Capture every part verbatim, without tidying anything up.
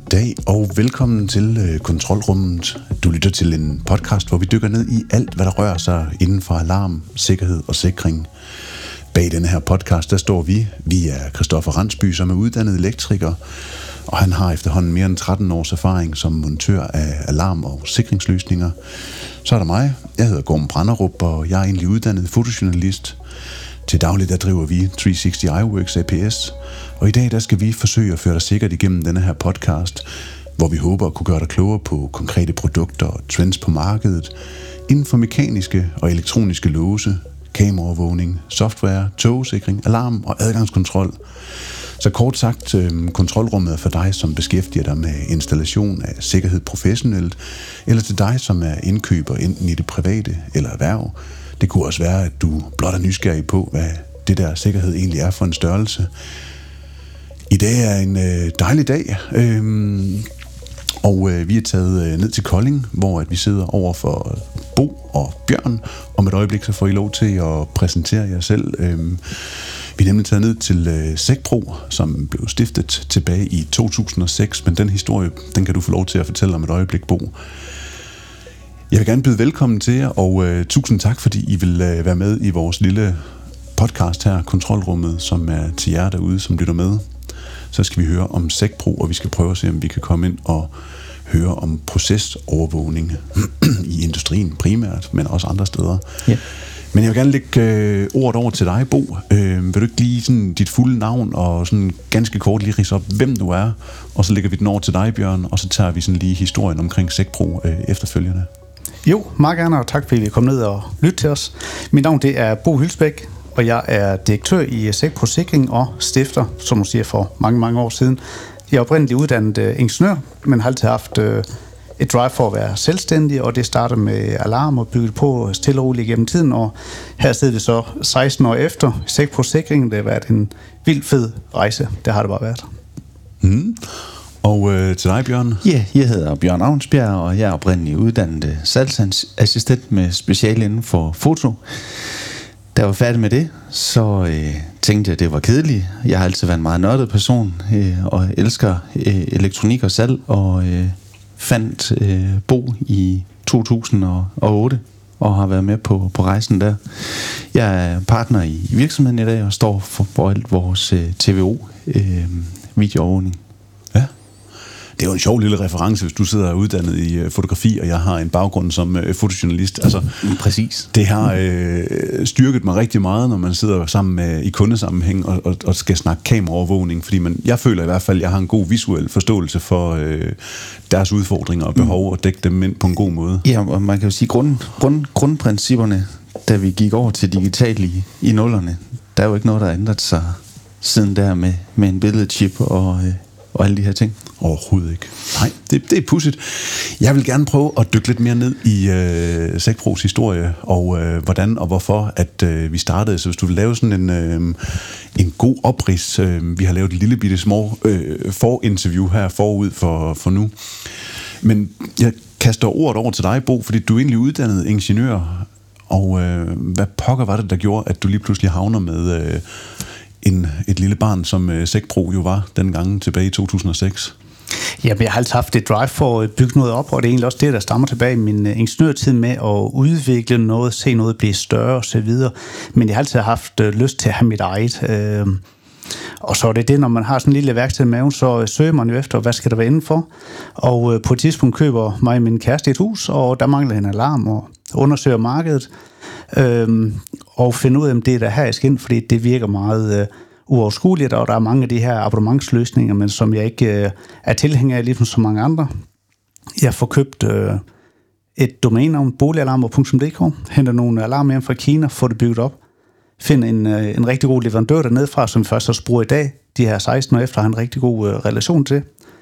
Goddag og velkommen til øh, Kontrolrummet. Du lytter til en podcast, hvor vi dykker ned i alt, hvad der rører sig inden for alarm, sikkerhed og sikring. Bag denne her podcast, der står vi. Vi er Christoffer Randsby, som er uddannet elektriker, og han har efterhånden mere end tretten års erfaring som montør af alarm- og sikringsløsninger. Så er der mig. Jeg hedder Gorm Branderup, og jeg er egentlig uddannet fotojournalist. Til daglig der driver vi tre sixty iWorks A P S, og i dag der skal vi forsøge at føre dig sikkert igennem denne her podcast, hvor vi håber at kunne gøre dig klogere på konkrete produkter og trends på markedet, inden for mekaniske og elektroniske låse, kameraovervågning, software, togsikring, alarm og adgangskontrol. Så kort sagt, kontrolrummet er for dig, som beskæftiger dig med installation af sikkerhed professionelt, eller til dig, som er indkøber enten i det private eller erhverv. Det kunne også være, at du blot er nysgerrig på, hvad det der sikkerhed egentlig er for en størrelse. I dag er en øh, dejlig dag, øhm, og øh, vi er taget øh, ned til Kolding, hvor at vi sidder over for Bo og Bjørn. Om et øjeblik så får I lov til at præsentere jer selv. Øhm, vi er nemlig taget ned til øh, SecPro, som blev stiftet tilbage i to tusind og seks, men den historie, den kan du få lov til at fortælle om et øjeblik, Bo. Jeg vil gerne byde velkommen til jer, og øh, tusind tak, fordi I vil øh, være med i vores lille podcast her, Kontrolrummet, som er til jer derude, som lytter med. Så skal vi høre om SecPro, og vi skal prøve at se, om vi kan komme ind og høre om procesovervågning i industrien primært, men også andre steder. Ja. Men jeg vil gerne lægge øh, ordet over til dig, Bo. Øh, vil du ikke lige sådan dit fulde navn og sådan ganske kort lige ridse op, hvem du er, og så lægger vi den over til dig, Bjørn, og så tager vi sådan lige historien omkring SecPro øh, efterfølgende. Jo, meget gerne, og tak fordi I kom ned og lytte til os. Mit navn det er Bo Hylsbæk, og jeg er direktør i SecPro Sikring og stifter, som du siger, for mange, mange år siden. Jeg er oprindeligt uddannet uh, ingeniør, men har altid haft uh, et drive for at være selvstændig, og det startede med alarm og bygget på stille og roligt gennem tiden, og her sidder vi så seksten år efter SecPro Sikring. Det har været en vild fed rejse, det har det bare været. Mm. Og øh, til dig, Bjørn? Ja, yeah, jeg hedder Bjørn Avnsbjerg, og jeg er oprindeligt uddannet salgsassistent med speciale inden for foto. Da jeg var færdig med det, så øh, tænkte jeg, at det var kedeligt. Jeg har altid været en meget nørdet person, øh, og elsker øh, elektronik og salg, og øh, fandt øh, Bo i to tusind og otte, og har været med på, på rejsen der. Jeg er partner i virksomheden i dag, og står for, for alt vores øh, T V O, øh, videoovervågning. Det er jo en sjov lille reference, hvis du sidder uddannet i uh, fotografi, og jeg har en baggrund som uh, fotojournalist. Altså, præcis. Det har øh, styrket mig rigtig meget, når man sidder sammen med, i kundesammenhæng og, og, og skal snakke kameraovervågning, fordi man, jeg føler i hvert fald, at jeg har en god visuel forståelse for øh, deres udfordringer og behov, og dække dem ind på en god måde. Ja, og man kan jo sige, grund, grund, grundprincipperne, da vi gik over til digital i, i nullerne, der er jo ikke noget, der har ændret sig siden der med, med en billedchip og... Øh, og alle de her ting. Overhovedet ikke. Nej, det, det er pudsigt. Jeg vil gerne prøve at dykke lidt mere ned i øh, SecPros historie, og øh, hvordan og hvorfor, at øh, vi startede. Så hvis du vil lave sådan en, øh, en god oprids, øh, vi har lavet et lille bitte små øh, forinterview her forud for, for nu. Men jeg kaster ordet over til dig, Bo, fordi du er egentlig uddannet ingeniør, og øh, hvad pokker var det, der gjorde, at du lige pludselig havner med... Øh, En, et lille barn, som uh, SecPro jo var dengang tilbage i to tusind og seks? Jamen, jeg har altid haft et drive for at bygge noget op, og det er egentlig også det, der stammer tilbage i min uh, ingeniørtid med at udvikle noget, se noget blive større og så videre. Men jeg har altid haft uh, lyst til at have mit eget. Uh, og så er det det, når man har sådan en lille værksted i maven, så uh, søger man jo efter, hvad skal der være indenfor. Og uh, på et tidspunkt køber mig og min kæreste et hus, og der mangler en alarm, og undersøger markedet. Øhm, og finde ud af, om det er der her, jeg skal ind, fordi det virker meget øh, uoverskueligt, og der er mange af de her abonnementsløsninger, men som jeg ikke øh, er tilhænger af, ligesom så mange andre. Jeg får købt øh, et domænenavn, boligalarmer punktum d k, henter nogle alarmer hjem fra Kina, får det bygget op, finder en, øh, en rigtig god leverandør dernede fra, som først også bruger i dag, de her seksten år efter, har en rigtig god øh, relation til,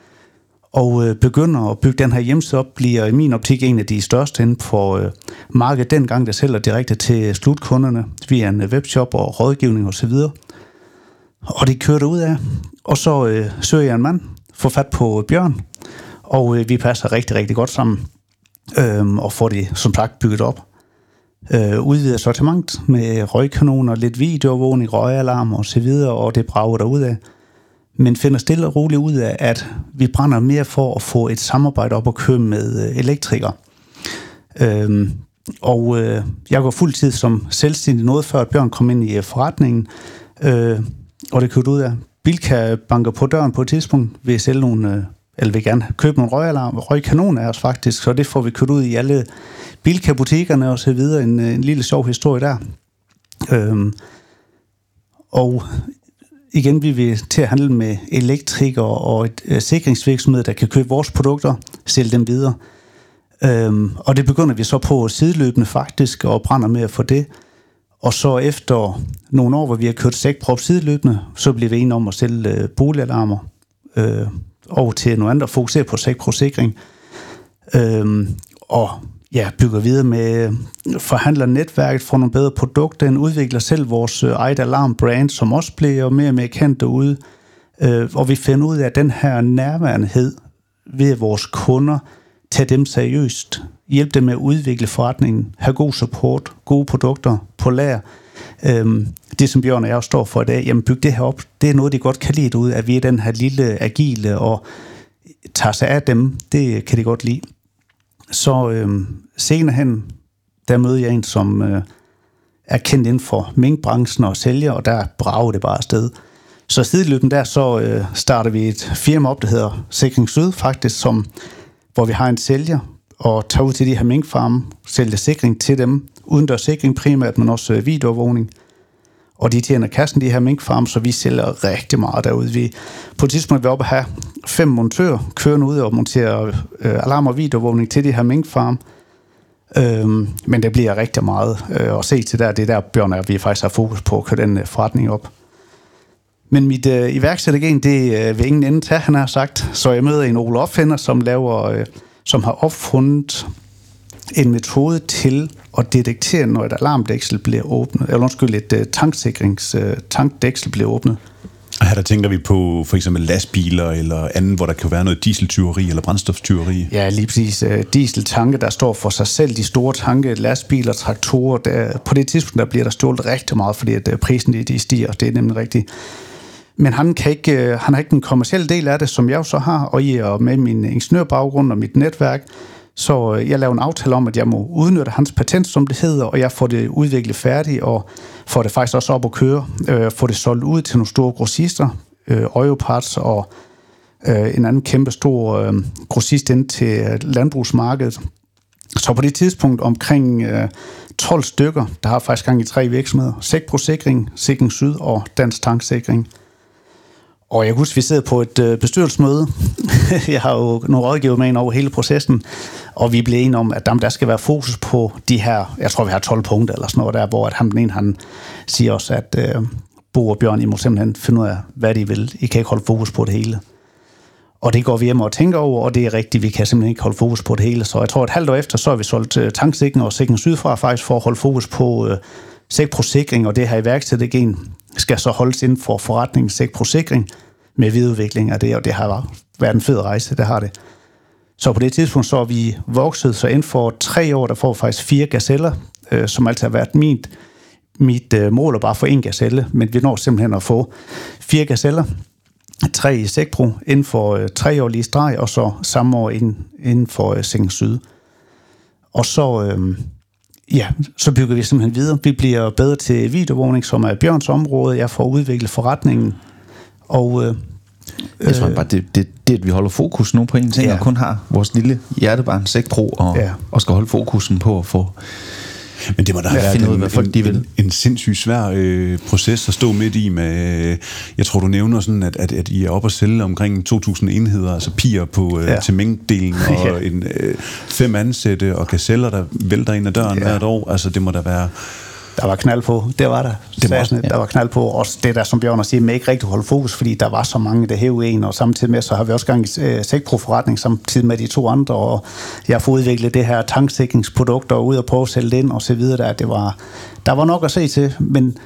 og øh, begynder at bygge den her hjemmeside op, bliver i min optik en af de største inden for øh, markedet dengang, der sælger direkte til slutkunderne via en webshop og rådgivning osv. Og, og det kører ud af. Og så øh, søger jeg en mand, får fat på Bjørn, og øh, vi passer rigtig, rigtig godt sammen, øh, og får det som sagt bygget op. Øh, udvider sortiment med røgkanoner, lidt videoovervågning, røgalarmer osv., og det brager derudad. men finder stille og roligt ud af, at vi brænder mere for at få et samarbejde op og køre med øh, elektrikere. Øhm, og øh, jeg går fuldtid som selvstændig noget før, at Bjørn kom ind i øh, forretningen, øh, og det kørte ud af. Bilka banker på døren på et tidspunkt, vil sælge nogle, øh, eller vil gerne købe nogle røgalarm, røgkanoner af os faktisk, så det får vi kørt ud i alle Bilka-butikkerne og så videre. En, en lille sjov historie der. Øhm, og igen, vi vil til at handle med elektrikere og et øh, sikringsvirksomhed, der kan købe vores produkter, sælge dem videre. Øhm, og det begynder vi så på sideløbende faktisk, og brænder med at få det. Og så efter nogle år, hvor vi har kørt sækprop sideløbende, så bliver vi enige om at sælge øh, boligalarmer øh, over til nogle andre, fokusere på sækprosikring. Øhm, og ja, bygger videre med forhandler netværket, får nogle bedre produkter, den udvikler selv vores øh, eget alarmbrand, som også bliver mere og mere kendt derude. Øh, og vi finder ud af, at den her nærværenhed ved vores kunder, tage dem seriøst, hjælpe dem med at udvikle forretningen, have god support, gode produkter på lager. Øhm, det, som Bjørn og jeg står for i dag, jamen byg det her op, det er noget, de godt kan lide ud, at vi er den her lille, agile og tager sig af dem, det kan de godt lide. Så øhm, senere hen, der møder jeg en, som øh, er kendt inden for minkbranchen og sælger, og der brager det bare afsted. Så sideløbende der, så øh, starter vi et firma op, der hedder Sikring Syd, faktisk, som, hvor vi har en sælger, og tager ud til de her minkfarme, sælger sikring til dem, udendørs sikring primært, men også øh, videoovervågning. Og de tjener kassen, de her minkfarme, så vi sælger rigtig meget derude. Vi, på et tidspunkt er vi oppe at have fem montører kørende ud og montere øh, alarm- og videoovervågning til de her minkfarme. Øhm, men det bliver rigtig meget øh, at se til der. Det er der, Bjørn og vi faktisk har fokus på at køre den øh, forretning op. Men mit øh, iværksættergen, det øh, vil ingen ende tage, han har sagt. Så jeg møder en Ole Opfinder, som, laver, øh, som har opfundet en metode til at detektere, når et alarmdæksel bliver åbnet, eller undskyld, et uh, tanksikrings uh, tankdæksel bliver åbnet. Og her der tænker vi på for eksempel lastbiler eller anden, hvor der kan være noget dieseltyveri eller brændstoftyveri. Ja, lige præcis. Uh, dieseltanke, der står for sig selv, de store tanke, lastbiler, traktorer. Der, på det tidspunkt, der bliver der stjålet rigtig meget, fordi at, uh, prisen de, de stiger. Det er nemlig rigtigt. Men han, kan ikke, uh, han har ikke den kommercielle del af det, som jeg så har, og i og med min ingeniørbaggrund og mit netværk. Så jeg laver en aftale om, at jeg må udnytte hans patent, som det hedder, og jeg får det udviklet færdigt, og får det faktisk også op at køre. Øh, får det solgt ud til nogle store grossister, øh, Europarts og øh, en anden kæmpe stor øh, grossist ind til landbrugsmarkedet. Så på det tidspunkt omkring øh, tolv stykker, der har faktisk gang i tre virksomheder. Sækpro Sikring, Sikring Syd og Dansk Tanksikring. Og jeg kan huske, vi sidder på et øh, bestyrelsesmøde. Jeg har jo nogle rådgiver med ind over hele processen, og vi blev enige om, at der skal være fokus på de her, jeg tror, vi har tolv punkter eller sådan noget der, hvor at ham den ene, han siger også, at øh, Bo og Bjørn, I må simpelthen finde ud af, hvad de vil. I kan ikke holde fokus på det hele. Og det går vi hjem og tænker over, og det er rigtigt, vi kan simpelthen ikke holde fokus på det hele. Så jeg tror, et halvt år efter, så har vi solgt øh, tanksikring og Sikring Sydfra faktisk for at holde fokus på øh, Sækprosikring, og det her iværksættergen skal så holdes inden for forretningen Sækprosikring med videreudvikling af det, og det har været en fed rejse, det har det. Så på det tidspunkt, så er vi vokset, så inden for tre år, der får vi faktisk fire gazeller, øh, som altid har været mit, mit øh, mål at bare få en gazelle, men vi når simpelthen at få fire gazeller, tre i Sækpro inden for øh, tre år lige streg, og så samme år inden, inden for øh, Sikring Syd. Og så... Øh, Ja, så bygger vi simpelthen videre. Vi bliver bedre til videoovervågning, som er Bjørns område. Jeg får udviklet forretningen. Og, øh, jeg tror bare, det, det, det, at vi holder fokus nu på en ting, ja. Og kun har vores lille hjertebarn Sækpro, og, ja. og skal holde fokusen på at få... Men det må da have været en, folk, en, en, en sindssygt svær øh, proces at stå midt i med, øh, jeg tror du nævner sådan, at, at, at I er oppe at sælge omkring to tusind enheder, altså piger på, øh, ja. til minkdelen, og ja. en, øh, fem ansatte og gazeller, der vælter ind ad døren ja. hvert år, altså det må da være... Der var knald på, det var der. Det var, ja. Der var knald på, også det der, som Bjørn siger, med ikke rigtig holde fokus, fordi der var så mange, der hævde en, og samtidig med, så har vi også gang i øh, Sækpro-forretning, samtidig med de to andre, og jeg får udviklet det her tanksikringsprodukter ud og prøve at sælge det ind, og så videre der. Det var, der var nok at se til, men,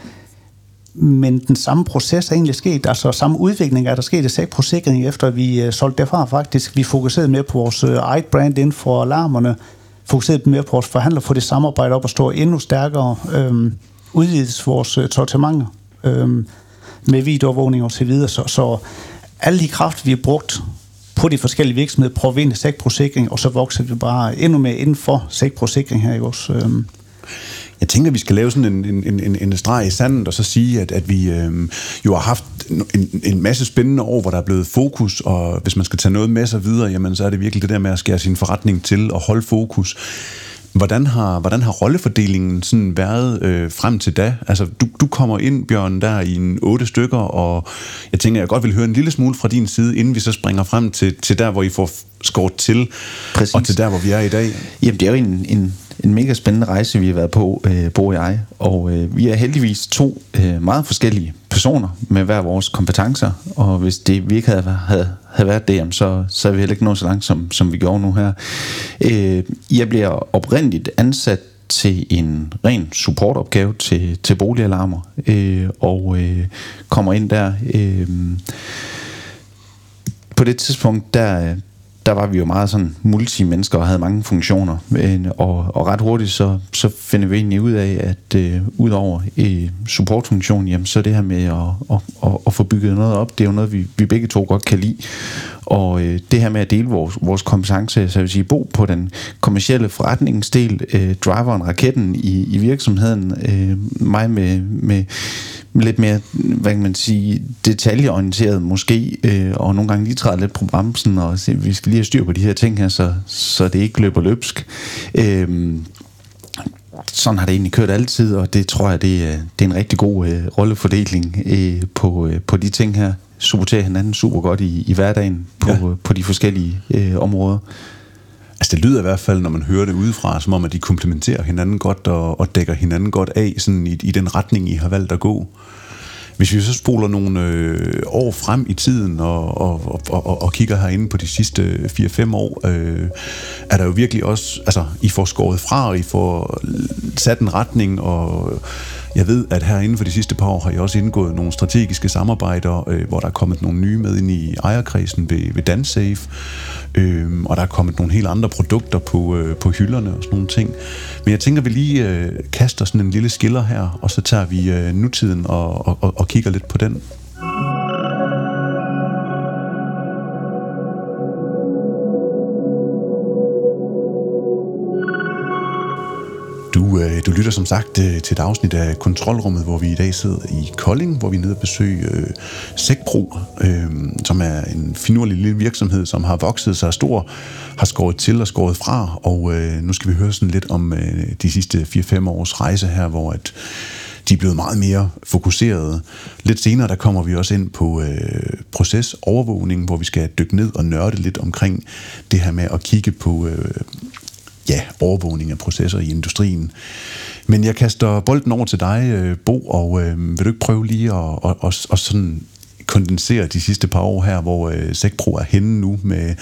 men den samme proces er egentlig sket, altså samme udvikling er der sket i Sækpro-sikring, efter vi øh, solgte derfra faktisk. Vi fokuserede mere på vores øh, eget brand inden for alarmerne, fokuseret mere på vores forhandler, få det samarbejde op og stå endnu stærkere, øhm, udvides vores øh, sortimenter øhm, med videoovervågning og så videre. Så, så alle de kræfter, vi har brugt på de forskellige virksomheder, prøver vi ind i S E C-projeksikring, og så vokser vi bare endnu mere inden for S E C-projeksikring her i vores... Øhm. Jeg tænker, at vi skal lave sådan en, en, en, en streg i sandet, og så sige, at, at vi øhm, jo har haft en, en masse spændende år, hvor der er blevet fokus, og hvis man skal tage noget med sig videre, jamen, så er det virkelig det der med at skære sin forretning til og holde fokus. Hvordan har, hvordan har rollefordelingen sådan været øh, frem til da? Altså, du, du kommer ind, Bjørn, der i en otte stykker, og jeg tænker, jeg godt vil høre en lille smule fra din side, inden vi så springer frem til, til der, hvor I får skåret til, Præcis. Og til der, hvor vi er i dag. Jamen, det er jo en, en, en mega spændende rejse, vi har været på, øh, Bo og jeg, og øh, vi er heldigvis to øh, meget forskellige personer med hver vores kompetencer, og hvis det vi ikke havde, havde, havde været det, jamen, så, så er vi heller ikke nået så langt, som, som vi gjorde nu her. Øh, jeg bliver oprindeligt ansat til en ren supportopgave til, til boligalarmer, øh, og øh, kommer ind der. Øh, på det tidspunkt, der... der var vi jo meget sådan multi-mennesker og havde mange funktioner, og, og ret hurtigt så, så finder vi egentlig ud af, at øh, udover øh, supportfunktionen, jamen, så det her med at, at, at, at få bygget noget op, det er jo noget, vi, vi begge to godt kan lide, og øh, det her med at dele vores, vores kompetence, så jeg vil sige, Bo på den kommercielle forretningsdel, øh, driveren, raketten i, i virksomheden, øh, mig med, med lidt mere, hvad kan man sige, detaljeorienteret måske, øh, og nogle gange lige træder lidt på bremsen, og se, vi skal lige have styr på de her ting her, så, så det ikke løber løbsk. Øh, sådan har det egentlig kørt altid, og det tror jeg, det er, det er en rigtig god øh, rollefordeling øh, på, øh, på de ting her. Supporterer hinanden super godt i, i hverdagen på, ja. på de forskellige øh, områder. Altså det lyder i hvert fald, når man hører det udefra, som om at de komplementerer hinanden godt og, og dækker hinanden godt af sådan i, i den retning, I har valgt at gå. Hvis vi så spoler nogle øh, år frem i tiden og, og, og, og, og kigger herinde på de sidste fire fem år, øh, er der jo virkelig også, altså I får skåret fra, og I får sat en retning, og jeg ved, at herinde for de sidste par år har I også indgået nogle strategiske samarbejder, øh, hvor der er kommet nogle nye med ind i ejerkredsen ved, ved DanSafe, øh, og der er kommet nogle helt andre produkter på, øh, på hylderne og sådan nogle ting. Men jeg tænker, vi lige øh, kaster sådan en lille skiller her, og så tager vi øh, nutiden og, og, og kigger lidt på den. Du, øh, du lytter som sagt øh, til et afsnit af Kontrolrummet, hvor vi i dag sidder i Kolding, hvor vi er nede og besøge øh, SECPRO, øh, som er en finurlig lille virksomhed, som har vokset sig stor, har skåret til og skåret fra, og øh, nu skal vi høre sådan lidt om øh, de sidste fire fem års rejse her, hvor at de er blevet meget mere fokuseret. Lidt senere, der kommer vi også ind på øh, procesovervågning, hvor vi skal dykke ned og nørde lidt omkring det her med at kigge på øh, ja, overvågning af processer i industrien. Men jeg kaster bolden over til dig, Bo, og øh, vil du ikke prøve lige at, at, at, at sådan kondensere de sidste par år her, hvor øh, SECPRO er henne nu med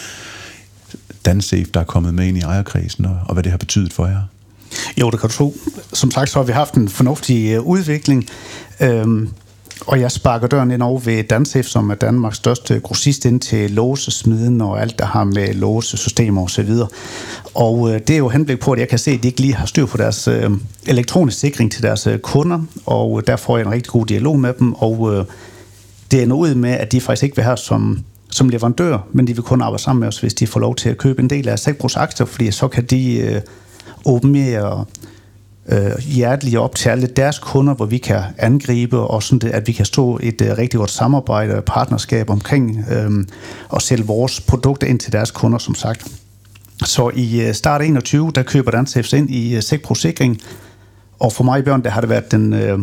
DanSafe, der er kommet med ind i ejerkredsen, og, og hvad det har betydet for jer? Jo, det kan du tro. Som sagt, så har vi haft en fornuftig udvikling, øhm, og jeg sparker døren ind over ved DanSafe, som er Danmarks største grossist ind til låsesmiden og alt, der har med låsesystemer og så videre. Og øh, det er jo henblik på, at jeg kan se, at de ikke lige har styr på deres øh, elektronisk sikring til deres øh, kunder, og der får jeg en rigtig god dialog med dem, og øh, det ender ud med, at de faktisk ikke vil have som, som leverandør, men de vil kun arbejde sammen med os, hvis de får lov til at købe en del af SECPROs aktier, fordi så kan de øh, åbne mere øh, hjerteligt op til alle deres kunder, hvor vi kan angribe, og sådan det, at vi kan stå et øh, rigtig godt samarbejde og partnerskab omkring øh, og sælge vores produkter ind til deres kunder, som sagt. Så i start enogtyve, der køber DanSafe ind i SECPRO-sikring, og for mig, Bjørn, der har det været den, øh,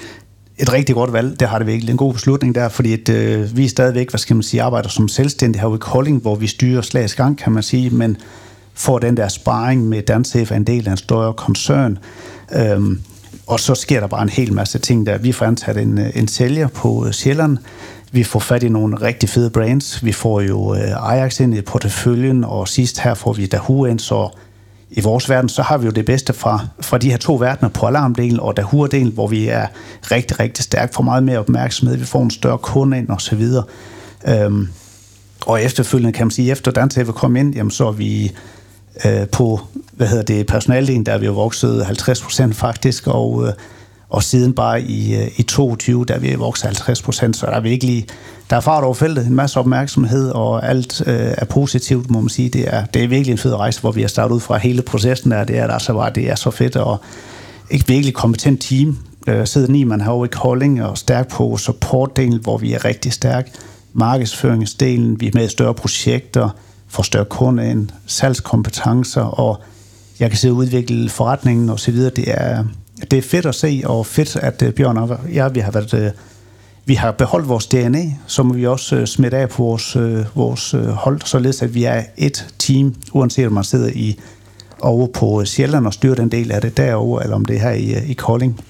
et rigtig godt valg. Det har det virkelig en god beslutning der, fordi et, øh, vi er stadigvæk, hvad skal man sige, arbejder som selvstændig her i Kolding, hvor vi styrer slags gang, kan man sige, men får den der sparring med DanSafe en del af en større koncern. Øhm, og så sker der bare en hel masse ting der. Vi får ansat en, en sælger på Sjælland. Vi får fat i nogle rigtig fede brands. Vi får jo øh, Ajax ind i porteføljen, og sidst her får vi Dahua ind, så i vores verden, så har vi jo det bedste fra, fra de her to verdener på alarmdelen og Dahua-delen, hvor vi er rigtig, rigtig stærkt, får meget mere opmærksomhed, vi får en større kunde ind og så videre. Øhm, og efterfølgende kan man sige, efter DanSafe kom ind, jamen så er vi øh, på, hvad hedder det, personaldelen, der er vi jo vokset halvtreds procent faktisk, og, øh, Og siden bare i, i toogtyve, der er vi vokset halvtreds procent, så der er virkelig, der er fart over feltet, en masse opmærksomhed, og alt øh, er positivt, må man sige. Det er, det er virkelig en fed rejse, hvor vi har startet ud fra hele processen der. Det er, der så bare, det er så fedt, og et virkelig kompetent team. Øh, sidder ni man herovre i Kolding, og stærk på supportdelen, hvor vi er rigtig stærk. Markedsføringsdelen, vi er med i større projekter, får større kunder ind, salgskompetencer, og jeg kan sidde og udvikle forretningen og så videre. Det er, det er fedt at se, og fedt, at uh, Bjørn og jeg, vi har været, uh, vi har beholdt vores D N A, så må vi også uh, smitte af på vores, uh, vores uh, hold, således at vi er et team, uanset om man sidder i over på Sjælland og styrer den del af det derovre, eller om det er her i, uh, i Kolding.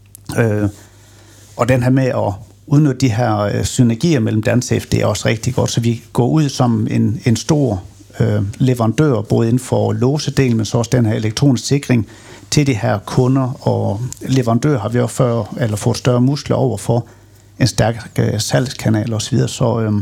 Uh, og den her med at udnytte de her uh, synergier mellem Dansafe, det er også rigtig godt, så vi går ud som en, en stor øh, leverandør, både inden for låsedelen, men så også den her elektronisk sikring til de her kunder, og leverandør har vi også før, eller fået større muskler over for en stærk øh, salgskanal og så videre, så, øh,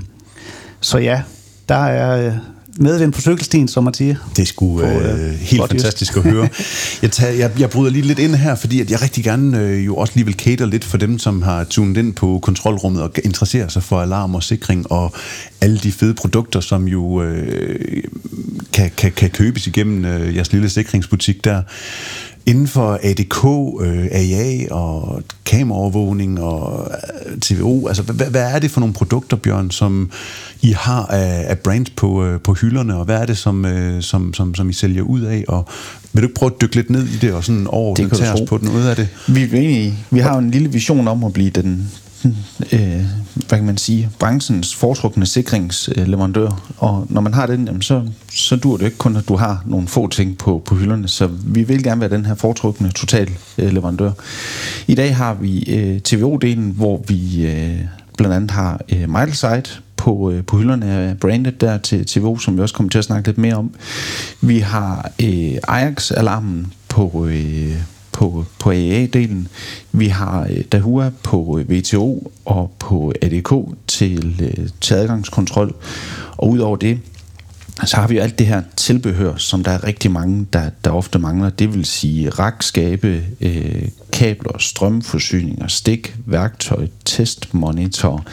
så ja, der er øh, medvind på cykelstien, som man siger. Det er sgu på, øh, helt fantastisk at høre. Jeg, tager, jeg, jeg bryder lige lidt ind her, fordi at jeg rigtig gerne øh, jo også lige vil cater lidt for dem, som har tunet ind på kontrolrummet og interesserer sig for alarm og sikring og alle de fede produkter, som jo øh, kan, kan, kan købes igennem øh, jeres lille sikringsbutik der. Inden for A D K, øh, A I A og kameraovervågning og øh, T V O, altså hvad, hvad er det for nogle produkter, Bjørn, som I har af, af brands på, øh, på hylderne, og hvad er det, som, øh, som, som, som I sælger ud af, og vil du ikke prøve at dykke lidt ned i det, og sådan overordnet tage os på den ud af det? Vi, vi, vi har jo en lille vision om at blive den, øh, hvad kan man sige, branchens foretrukne sikringsleverandør, og når man har den, jamen, så, så dur det ikke kun, at du har nogle få ting på, på hylderne, så vi vil gerne være den her foretrukne total øh, leverandør. I dag har vi øh, T V O-delen, hvor vi øh, blandt andet har øh, Mitlesight på, øh, på hylderne af brandet der til T V O, som vi også kommer til at snakke lidt mere om. Vi har øh, Ajax-alarmen på øh, på, på A I A-delen. Vi har øh, Dahua på øh, V T O og på A D K til, øh, til adgangskontrol. Og udover det, så har vi alt det her tilbehør, som der er rigtig mange, der, der ofte mangler. Det vil sige rakskabe, øh, kabler, strømforsyninger, stik, værktøj, testmonitor.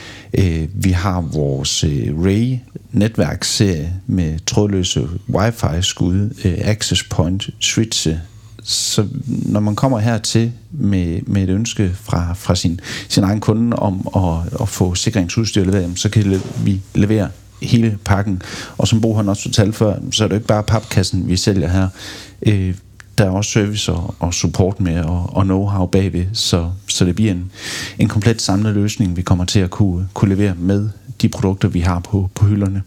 Øh, vi har vores øh, Ray netværksserie med trådløse wifi-skud, øh, access point, switche. Så når man kommer hertil med, med et ønske fra, fra sin, sin egen kunde om at, at få sikringsudstyr leveret, så kan vi levere hele pakken. Og som Bo han også fortalte før, så er det ikke bare papkassen, vi sælger her. Øh, der er også service og, og support med og, og know-how bagved, så, så det bliver en, en komplet samlet løsning, vi kommer til at kunne, kunne levere med de produkter, vi har på, på hylderne.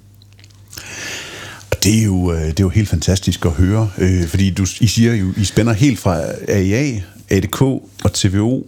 Det er, jo, det er jo helt fantastisk at høre, øh, fordi du, I siger jo, I spænder helt fra A I A, A D K og T V O.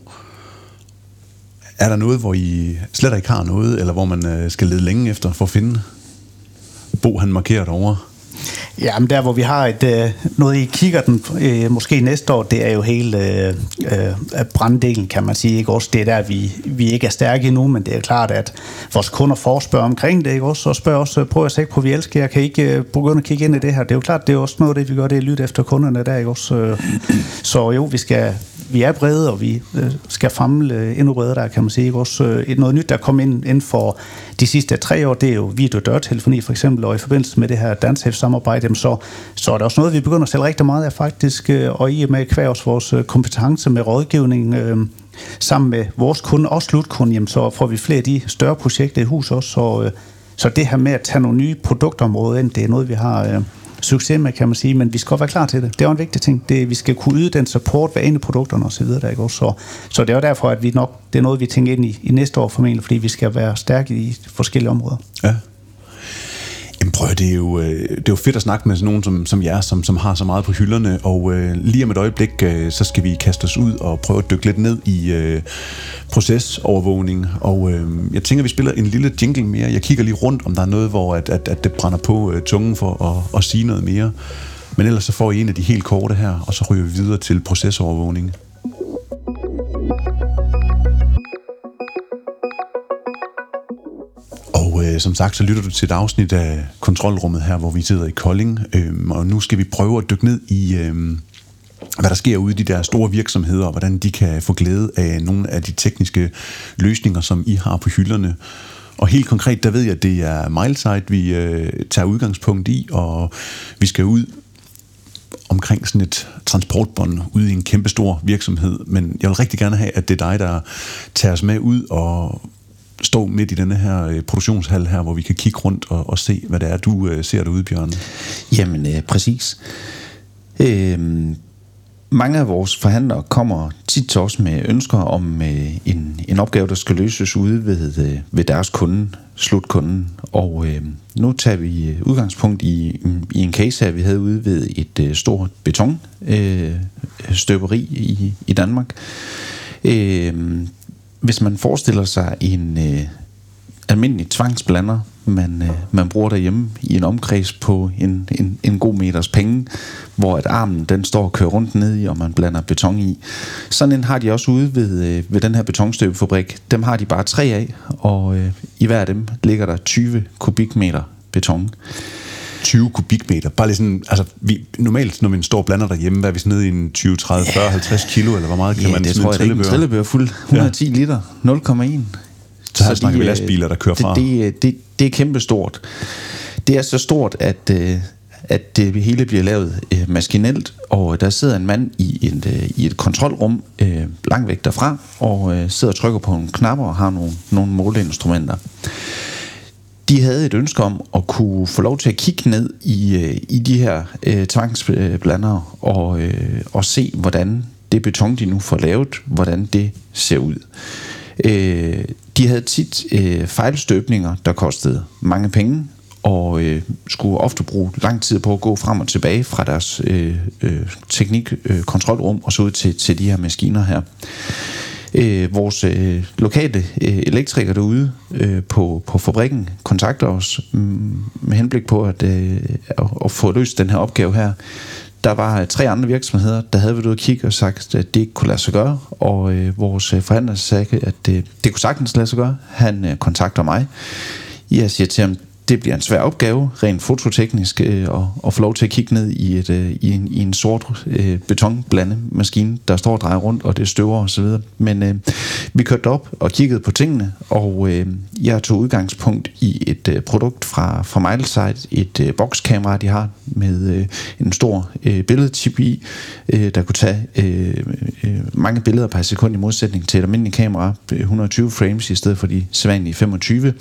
Er der noget, hvor I slet ikke har noget, eller hvor man øh, skal lede længe efter for at finde? Bo, han markerer derovre. Ja, men der hvor vi har et, øh, noget i kikkerten, øh, måske næste år, det er jo hele øh, øh, branddelen, kan man sige. Ikke? Også det er der, vi, vi ikke er stærke endnu, men det er klart, at vores kunder forspørger omkring det, ikke? Også, og spørger også, prøv at se på, vi elsker, jeg kan ikke øh, begynde at kigge ind i det her. Det er jo klart, det er også noget af det, vi gør, det er at lytte efter kunderne der, ikke? Også, øh, så jo, vi skal... Vi er brede, og vi øh, skal famle endnu bredere der, kan man sige. Også øh, noget nyt, der kom ind inden for de sidste tre år, det er jo video- og dørtelefoni for eksempel, og i forbindelse med det her Dansafe-samarbejde, så, så er det også noget, vi begynder at sælge rigtig meget af faktisk, øh, og i og med kvæg også vores kompetence med rådgivning, øh, sammen med vores kunde og slutkunde, jamen, så får vi flere af de større projekter i hus også, så, øh, så det her med at tage nogle nye produktområder ind, det er noget, vi har... Øh, succes med, kan man sige, men vi skal også være klar til det. Det er en vigtig ting. Det, vi skal kunne yde den support ved ene produkterne og så videre. Der, ikke? Så, så det er jo derfor, at vi nok, det er noget, vi tænker ind i, i næste år formentlig, fordi vi skal være stærke i forskellige områder. Ja. Jamen prøv, det er jo, det er jo fedt at snakke med sådan nogen som, som jer, som, som har så meget på hylderne, og øh, lige om et øjeblik, øh, så skal vi kaste os ud og prøve at dykke lidt ned i øh, procesovervågning, og øh, jeg tænker, vi spiller en lille jingle mere. Jeg kigger lige rundt, om der er noget, hvor at, at, at det brænder på øh, tungen for at, at sige noget mere, men ellers så får I en af de helt korte her, og så ryger vi videre til procesovervågning. Og øh, som sagt, så lytter du til et afsnit af kontrolrummet her, hvor vi sidder i Kolding. Øhm, og nu skal vi prøve at dykke ned i, øhm, hvad der sker ude i de der store virksomheder, og hvordan de kan få glæde af nogle af de tekniske løsninger, som I har på hylderne. Og helt konkret, der ved jeg, at det er Milesite, vi øh, tager udgangspunkt i, og vi skal ud omkring sådan et transportbånd ude i en kæmpe stor virksomhed. Men jeg vil rigtig gerne have, at det er dig, der tager os med ud og stå midt i denne her øh, produktionshal her, hvor vi kan kigge rundt og, og se, hvad det er, du øh, ser derude, Bjørn. Jamen, øh, præcis. Øh, mange af vores forhandlere kommer tit til os med ønsker om øh, en, en opgave, der skal løses ude ved, øh, ved deres kunde, slutkunden. Og øh, nu tager vi udgangspunkt i, i en case her, vi havde ude ved et øh, stort betonstøberi øh, i, i Danmark. Øh, hvis man forestiller sig en øh, almindelig tvangsblander, man, øh, man bruger derhjemme i en omkreds på en, en, en god meters penge, hvor at armen den står og kører rundt ned i, og man blander beton i. Sådan en har de også ude ved, øh, ved den her betonstøbefabrik. Dem har de bare tre af, og øh, i hver af dem ligger der tyve kubikmeter beton. tyve kubikmeter. Bare lige sådan, altså vi, normalt, når man står og blander derhjemme, hvad er vi sådan nede i en tyve, tredive, fyrre, halvtreds kilo, eller hvor meget kan ja, man det sådan tror en jeg, det er en trillebør fuld. et hundrede og ti ja. liter, nul komma en. Så her snakker vi lastbiler, der kører fra. Det, det, det, det er kæmpestort. Det er så stort, at, at det hele bliver lavet maskinelt, og der sidder en mand i et, i et kontrolrum langt væk derfra, og sidder og trykker på nogle knapper og har nogle, nogle måleinstrumenter. De havde et ønske om at kunne få lov til at kigge ned i, i de her øh, tvangsblandere og, øh, og se, hvordan det beton, de nu får lavet, hvordan det ser ud. Øh, de havde tit øh, fejlstøbninger, der kostede mange penge, og øh, skulle ofte bruge lang tid på at gå frem og tilbage fra deres øh, øh, teknikkontrolrum øh, og så ud til, til de her maskiner her. Øh, vores øh, lokale øh, elektrikere derude øh, på, på fabrikken kontakter os mm, med henblik på at, øh, at, at få løst den her opgave her. Der var tre andre virksomheder, der havde været ude og kigge og sagt, at det ikke kunne lade sig gøre, og øh, vores forhandler sagde, at det, det kunne sagtens lade sig gøre. Han øh, kontakter mig. Jeg siger til ham, det bliver en svær opgave, rent fototeknisk, øh, og, og få lov til at kigge ned i, et, øh, i, en, i en sort øh, betonblandemaskine, der står og drejer rundt, og det støver og så videre. Men øh, vi kørte op og kiggede på tingene, og øh, jeg tog udgangspunkt i et øh, produkt fra, fra Milesite, et øh, bokskamera, de har med øh, en stor øh, billedchip i, øh, der kunne tage øh, øh, mange billeder per sekund i modsætning til et almindeligt kamera, et hundrede og tyve frames i stedet for de sædvanlige femogtyve.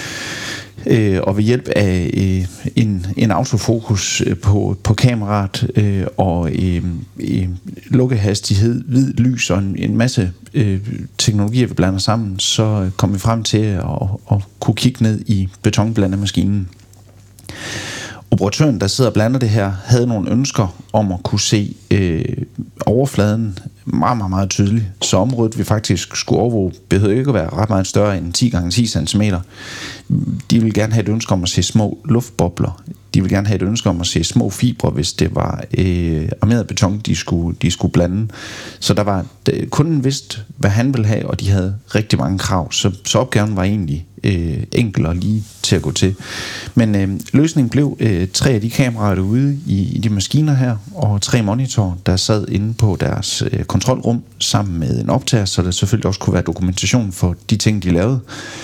Øh, og ved hjælp af øh, en, en autofokus øh, på, på kameraet øh, og øh, øh, lukkehastighed, hvid lys og en, en masse øh, teknologier, vi blander sammen, så kom vi frem til at, at kunne kigge ned i betonblandemaskinen. Operatøren, der sidder og blander det her, havde nogle ønsker om at kunne se øh, overfladen meget, meget, meget tydeligt. Så området, vi faktisk skulle overvåge, behøvede ikke at være ret meget større end ti gange ti centimeter. De ville gerne have et ønske om at se små luftbobler. De ville gerne have et ønske om at se små fibre, hvis det var øh, armeret beton, de skulle, de skulle blande. Så der var kunden vidste, hvad han ville have, og de havde rigtig mange krav. Så, så opgaven var egentlig øh, enkel og lige til at gå til. Men øh, løsningen blev øh, tre af de kameraer derude i, i de maskiner her, og tre monitorer, der sad inde på deres øh, kontrolrum sammen med en optager, så der selvfølgelig også kunne være dokumentation for de ting, de lavede.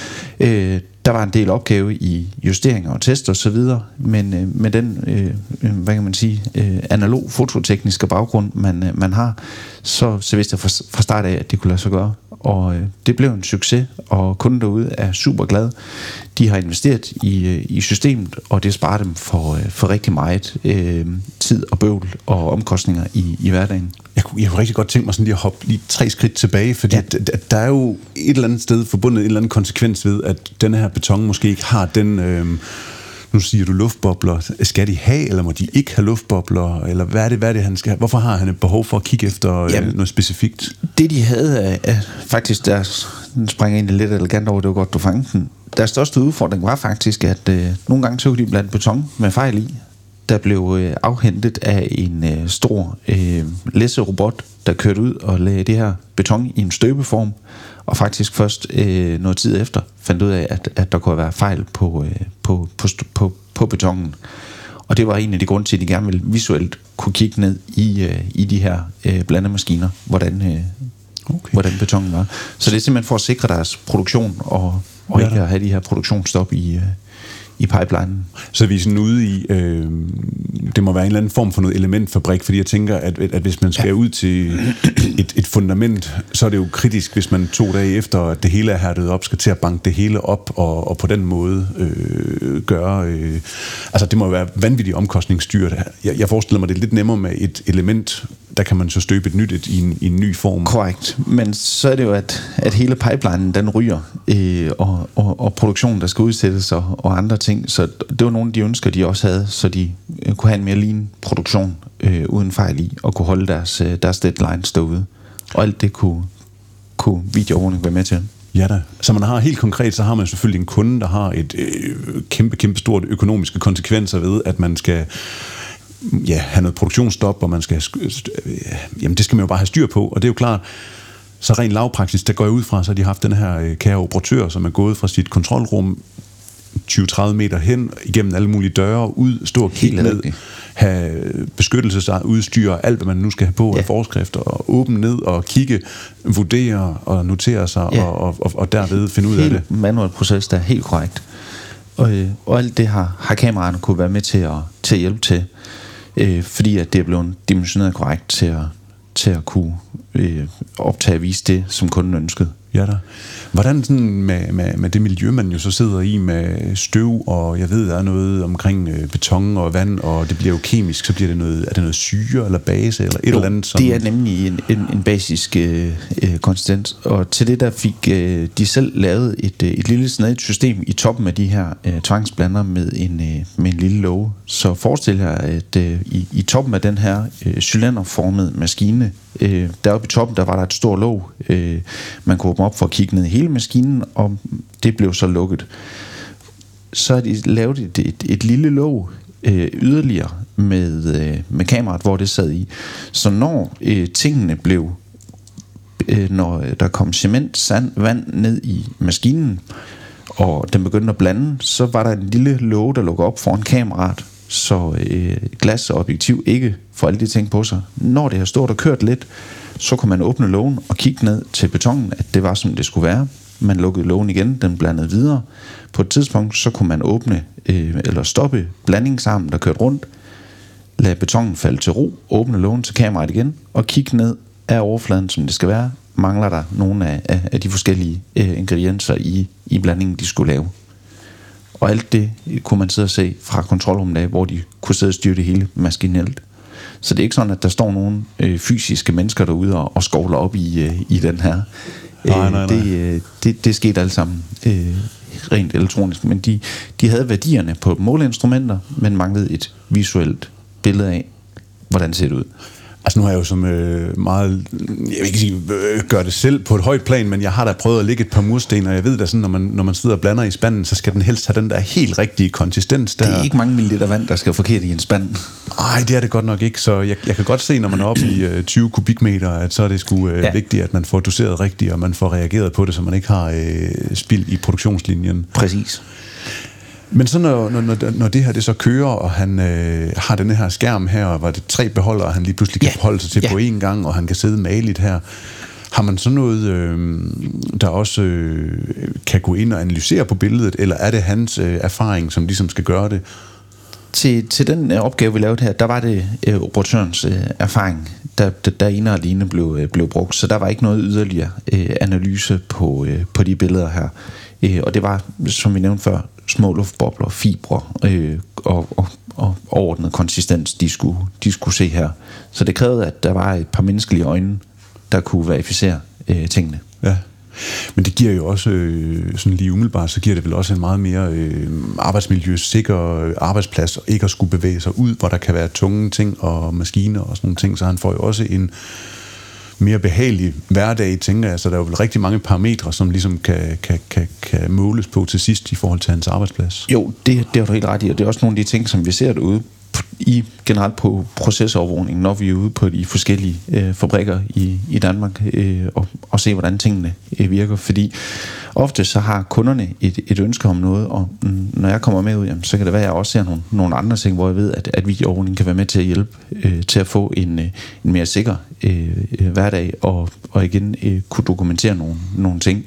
Øh, der var en del opgave i justeringer og test og så videre, men øh, med den øh, hvad kan man sige øh, analog fototekniske baggrund man øh, man har, så så vidste jeg fra, fra start af, at det kunne lade sig gøre, og øh, det blev en succes, og kunden derude er super glade. De har investeret i øh, i systemet, og det sparer dem for øh, for rigtig meget øh, tid og bøvl og omkostninger i i hverdagen. Jeg kunne, jeg kunne rigtig godt tænke mig sådan lige at hoppe lige tre skridt tilbage, fordi ja. d- d- der er jo et eller andet sted forbundet en eller anden konsekvens ved, at denne her beton måske ikke har den, øh, nu siger du luftbobler, skal de have, eller må de ikke have luftbobler, eller hvad er det, hvad er det han skal have? Hvorfor har han et behov for at kigge efter øh, noget specifikt? Det de havde er, er faktisk deres, den springer egentlig lidt elegant over, det var godt du fangede den. Deres største udfordring var faktisk, at øh, nogle gange tog de blandt beton med fejl i, der blev øh, afhentet af en øh, stor øh, læsserobot, der kørte ud og lagde det her beton i en støbeform, og faktisk først øh, noget tid efter fandt ud af, at, at der kunne være fejl på, øh, på, på, på, på betonen. Og det var en af de grunde til, at de gerne ville visuelt kunne kigge ned i, øh, i de her øh, blandemaskiner, hvordan, øh, okay. hvordan betongen var. Så det er simpelthen for at sikre deres produktion, og, og ikke at have de her produktionsstop i, øh, i pipelinen. Så vi er sådan ude i, øh, det må være en eller anden form for noget elementfabrik, fordi jeg tænker, at, at hvis man skal ja. ud til et, et fundament, så er det jo kritisk, hvis man to dage efter, at det hele er hærdet op, skal til at banke det hele op, og, og på den måde øh, gøre, øh, altså det må jo være vanvittigt omkostningsstyret. Jeg, jeg forestiller mig, det er lidt nemmere med et element, der kan man så støbe et nyt et, i, en, i en ny form. Korrekt, men så er det jo, at, at hele pipelinen, den ryger, øh, og, og, og produktionen, der skal udsættes, og, og andre ting, så det var nogle af de ønsker, de også havde, så de øh, kunne have en mere lean produktion, øh, uden fejl i, og kunne holde deres, øh, deres deadline stående. Og alt det kunne, kunne videoovervågning være med til. Ja da. Så man har helt konkret, så har man selvfølgelig en kunde, der har et øh, kæmpe, kæmpe stort økonomiske konsekvenser ved, at man skal ja, have noget produktionsstop, og man skal, øh, jamen det skal man jo bare have styr på, og det er jo klart, så rent lavpraksis, der går jeg ud fra, så har de haft den her øh, kære operatør, som er gået fra sit kontrolrum tyve til tredive meter hen, igennem alle mulige døre, ud, stå og kigge ned, have beskyttelsesudstyr, alt hvad man nu skal have på ja. af forskrifter, og åbne ned og kigge, vurdere og notere sig, ja. og, og, og derved finde ud helt af det. Manuel proces, der er helt korrekt. Og, og alt det har, har kameraerne kunne være med til at, til at hjælpe til, øh, fordi at det er blevet dimensioneret korrekt til at, til at kunne øh, optage og vise det, som kunden ønskede. Ja da. Hvordan sådan med, med, med det miljø, man jo så sidder i med støv, og jeg ved, der er noget omkring øh, beton og vand, og det bliver jo kemisk, så bliver det noget, er det noget syre eller base, eller et jo, eller andet? Som det er nemlig en, en, en basisk øh, øh, konsistens, og til det der fik øh, de selv lavet et, øh, et lille snedigt system i toppen af de her øh, tvangsblander med en, øh, med en lille låge. Så forestil jer, at øh, i, i toppen af den her øh, cylinderformede maskine, øh, deroppe i toppen, der var der et stort låg, øh, man kunne åbne op for at kigge ned i hele maskinen, og det blev så lukket. Så har de lavet et, et, et lille låg øh, yderligere med, øh, med kameraet, hvor det sad i. Så når øh, tingene blev, øh, når der kom cement, sand, vand ned i maskinen, og den begyndte at blande, så var der en lille låge, der lukkede op foran kameraet, så øh, glas og objektiv ikke får alle de ting på sig. Når det har stået og kørt lidt, så kunne man åbne lågen og kigge ned til betongen, at det var som det skulle være. Man lukkede lågen igen, den blandede videre. På et tidspunkt, så kunne man åbne øh, eller stoppe blandingsarmen, der kørte rundt, lade betongen falde til ro, åbne lågen til kameraet igen, og kigge ned af overfladen, som det skal være. Mangler der nogle af, af, af de forskellige øh, ingredienser i, i blandingen, de skulle lave. Og alt det kunne man sidde og se fra kontrolrummet af, hvor de kunne sidde og styre det hele maskinelt. Så det er ikke sådan, at der står nogle øh, fysiske mennesker derude og, og skovler op i, øh, i den her. Nej, nej, nej. Det, øh, det, det skete alt sammen øh, rent elektronisk. Men de, de havde værdierne på måleinstrumenter, men manglede et visuelt billede af, hvordan det ser det ud. Altså nu har jeg jo som øh, meget, jeg vil ikke sige, øh, gør det selv på et højt plan, men jeg har da prøvet at lægge et par mursten, og jeg ved da sådan, når man, når man sidder og blander i spanden, så skal den helst have den der helt rigtige konsistens der. Det er ikke mange milliliter vand, der skal forkert i en spand. Nej, det er det godt nok ikke, så jeg, jeg kan godt se, når man er oppe i øh, tyve kubikmeter, at så er det sgu øh, ja. vigtigt, at man får doseret rigtigt, og man får reageret på det, så man ikke har øh, spild i produktionslinjen. Præcis. Men så når, når, når det her det så kører, og han øh, har den her skærm her, og var det tre beholdere, han lige pludselig kan ja. forholde sig til ja. på én gang, og han kan sidde maligt her, har man så noget, øh, der også øh, kan gå ind og analysere på billedet, eller er det hans øh, erfaring, som ligesom skal gøre det? Til, til den øh, opgave, vi lavede her, der var det øh, operatørens øh, erfaring, der, der, der ene og alene blev, øh, blev brugt, så der var ikke noget yderligere øh, analyse på, øh, på de billeder her. Øh, og det var, som vi nævnte før, små luftbobler, fibre øh, og, og, og overordnet konsistens, de skulle, de skulle se her. Så det krævede, at der var et par menneskelige øjne, der kunne verificere øh, tingene. Ja. Men det giver jo også, øh, sådan lige umiddelbart, så giver det vel også en meget mere øh, arbejdsmiljøsikker arbejdsplads, og ikke at skulle bevæge sig ud, hvor der kan være tunge ting og maskiner og sådan nogle ting, så han får jo også en mere behagelig hverdag, tænker jeg, så der er jo rigtig mange parametre, som ligesom kan, kan, kan, kan måles på til sidst i forhold til hans arbejdsplads. Jo, det, det har du helt ret i, og det er også nogle af de ting, som vi ser derude i generelt på procesovervågning, når vi er ude på de forskellige øh, fabrikker i, i Danmark, øh, og, og se, hvordan tingene øh, virker. Fordi ofte så har kunderne et, et ønske om noget, og mm, når jeg kommer med ud, jamen, så kan det være, at jeg også ser nogle, nogle andre ting, hvor jeg ved, at, at videoovervågning kan være med til at hjælpe øh, til at få en, øh, en mere sikker øh, øh, hverdag, og, og igen øh, kunne dokumentere nogle, nogle ting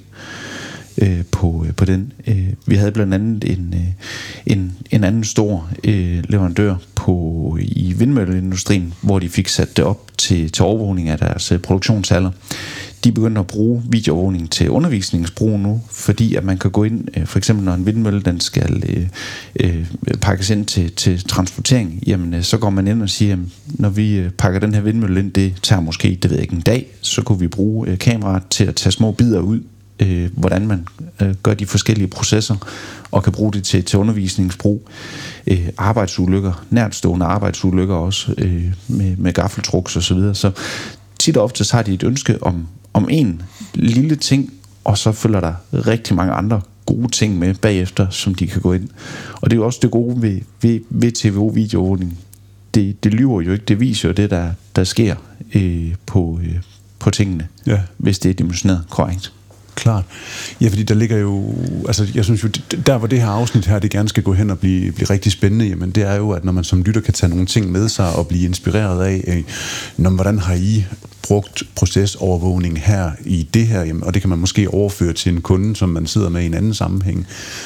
øh, på, øh, på den. Øh, vi havde blandt andet en, øh, en, en anden stor øh, leverandør på, i vindmølleindustrien, hvor de fik sat det op til, til overvågning af deres øh, produktionshaller. De begynder at bruge videoovervågning til undervisningsbrug nu, fordi at man kan gå ind, øh, for eksempel når en vindmølle den skal øh, øh, pakkes ind til, til transportering, jamen øh, så går man ind og siger, jamen, når vi øh, pakker den her vindmølle ind, det tager måske, det ved jeg ikke, en dag, så kunne vi bruge øh, kameraet til at tage små bidder ud, øh, hvordan man øh, gør de forskellige processer, og kan bruge det til, til undervisningsbrug. Øh, arbejdsulykker, nærtstående arbejdsulykker også, øh, med, med gaffeltruks og så videre. Så tit og ofte så har de et ønske om om en lille ting, og så følger der rigtig mange andre gode ting med bagefter, som de kan gå ind. Og det er jo også det gode ved, ved, ved T V O-videoovervågning. Det, det lyver jo ikke, det viser jo det, der, der sker øh, på, øh, på tingene, ja. Hvis det er dimensioneret korrekt. Klart. Ja, fordi der ligger jo, altså jeg synes jo, der hvor det her afsnit her, det gerne skal gå hen og blive, blive rigtig spændende, jamen det er jo, at når man som lytter kan tage nogle ting med sig og blive inspireret af, øh, når, hvordan har I brugt procesovervågning her i det her, jamen, og det kan man måske overføre til en kunde, som man sidder med i en anden sammenhæng.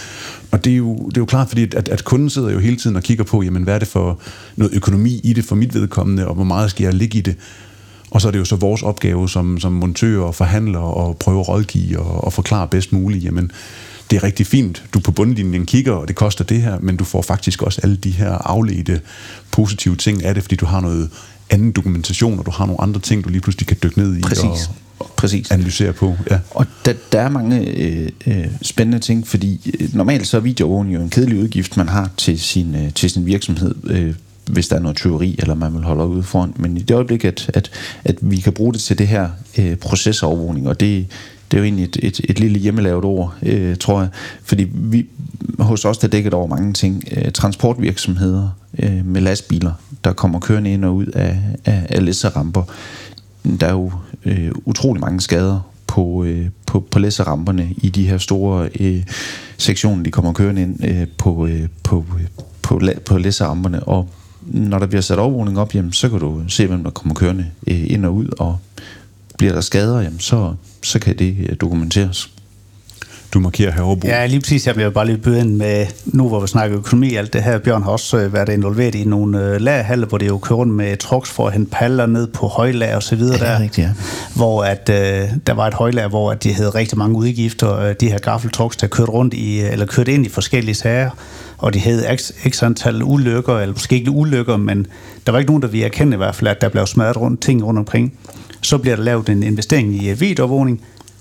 Og det er jo, det er jo klart, fordi at, at kunden sidder jo hele tiden og kigger på, jamen hvad er det for noget økonomi i det for mit vedkommende, og hvor meget skal jeg ligge i det. Og så er det jo så vores opgave som, som montører og forhandlere og prøve at rådgive og, og forklare bedst muligt, jamen det er rigtig fint, du på bundlinjen kigger, og det koster det her, men du får faktisk også alle de her afledte positive ting af det, fordi du har noget anden dokumentation, og du har nogle andre ting, du lige pludselig kan dykke ned i. Præcis. Og Præcis. analysere på. Ja. Og der, der er mange øh, øh, spændende ting, fordi øh, normalt så er videoovervågning jo en kedelig udgift, man har til sin, øh, til sin virksomhed, øh, hvis der er noget tyveri, eller man vil holde ude foran. Men i det øjeblik, at, at, at vi kan bruge det til det her øh, procesovervågning, og det, det er jo egentlig et, et, et lille hjemmelavet ord, øh, tror jeg. Fordi vi, hos os, der dækker over mange ting. Øh, transportvirksomheder øh, med lastbiler, der kommer kørende ind og ud af, af, af læsseramper. Der er jo øh, utrolig mange skader på, øh, på, på læsseramperne i de her store øh, sektioner, de kommer kørende ind øh, på, øh, på, på, på læsseramperne. Og når der bliver sat overvågning op, jamen, så kan du se, hvem der kommer kørende øh, ind og ud, og bliver der skader, jamen, så, så kan det øh, dokumenteres. Du markerer herovre, Bo. Ja, lige præcis. Jeg vil bare lige byde ind med, nu hvor vi snakker økonomi, alt det her. Bjørn har også øh, været involveret i nogle øh, lagerhaller, hvor det jo kører rundt med trucks for at hente paller ned på højlager og så videre. Ja, der, rigtigt, ja. Hvor at, øh, der var et højlager, hvor at de havde rigtig mange udgifter. Øh, de her gaffeltrucks, der kørte rundt i, eller kørte ind i forskellige sager, og de havde x, x antal ulykker, eller måske ikke ulykker, men der var ikke nogen, der ville erkende i hvert fald, at der blev smadret rundt, ting rundt omkring. Så bliver der lavet en investering i videoovervågning.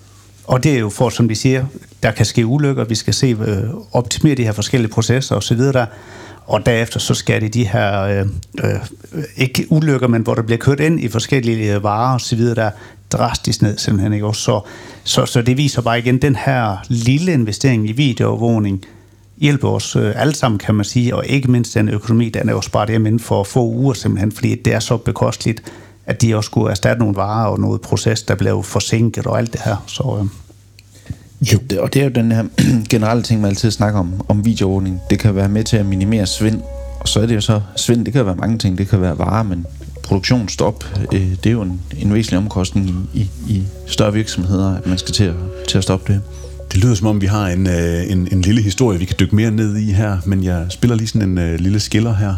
Og det er jo for, som de siger, der kan ske ulykker, vi skal se, øh, optimere de her forskellige processer osv. der. Og derefter så skal det de her, øh, øh, ikke ulykker, men hvor der bliver kørt ind i forskellige varer osv. der, drastisk ned simpelthen. Ikke? Så, så, så det viser bare igen, den her lille investering i videoovervågning hjælper os øh, alle sammen, kan man sige, og ikke mindst den økonomi, den er jo sparet hjem inden for få uger simpelthen, fordi det er så bekosteligt, at de også skulle erstatte nogle varer og noget proces, der blev forsinket og alt det her. Så, øh. Ja, og det er jo den her generelle ting, man altid snakker om, om videoovervågning. Det kan være med til at minimere svind, og så er det jo så svind, det kan være mange ting, det kan være varer, men produktionsstop, øh, det er jo en, en væsentlig omkostning i, i, i større virksomheder, at man skal til at, til at stoppe det. Det lyder som om, vi har en, øh, en, en lille historie, vi kan dykke mere ned i her, men jeg spiller lige sådan en øh, lille skiller her.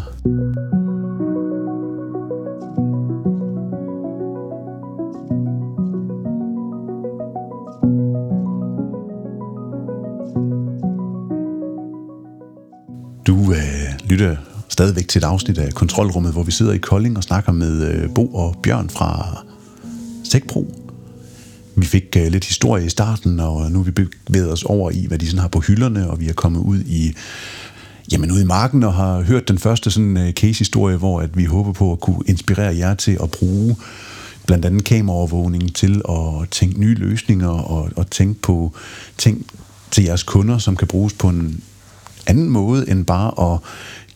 Du øh, lytter stadigvæk til et afsnit af Kontrolrummet, hvor vi sidder i Kolding og snakker med øh, Bo og Bjørn fra Sekpro. Vi fik øh, lidt historie i starten, og nu er vi bevæget os over i, hvad de sådan har på hylderne, og vi er kommet ud i, jamen, ud i marken og har hørt den første sådan, øh, case-historie, hvor at vi håber på at kunne inspirere jer til at bruge blandt andet kameraovervågning til at tænke nye løsninger og, og tænke på ting til jeres kunder, som kan bruges på en anden måde end bare at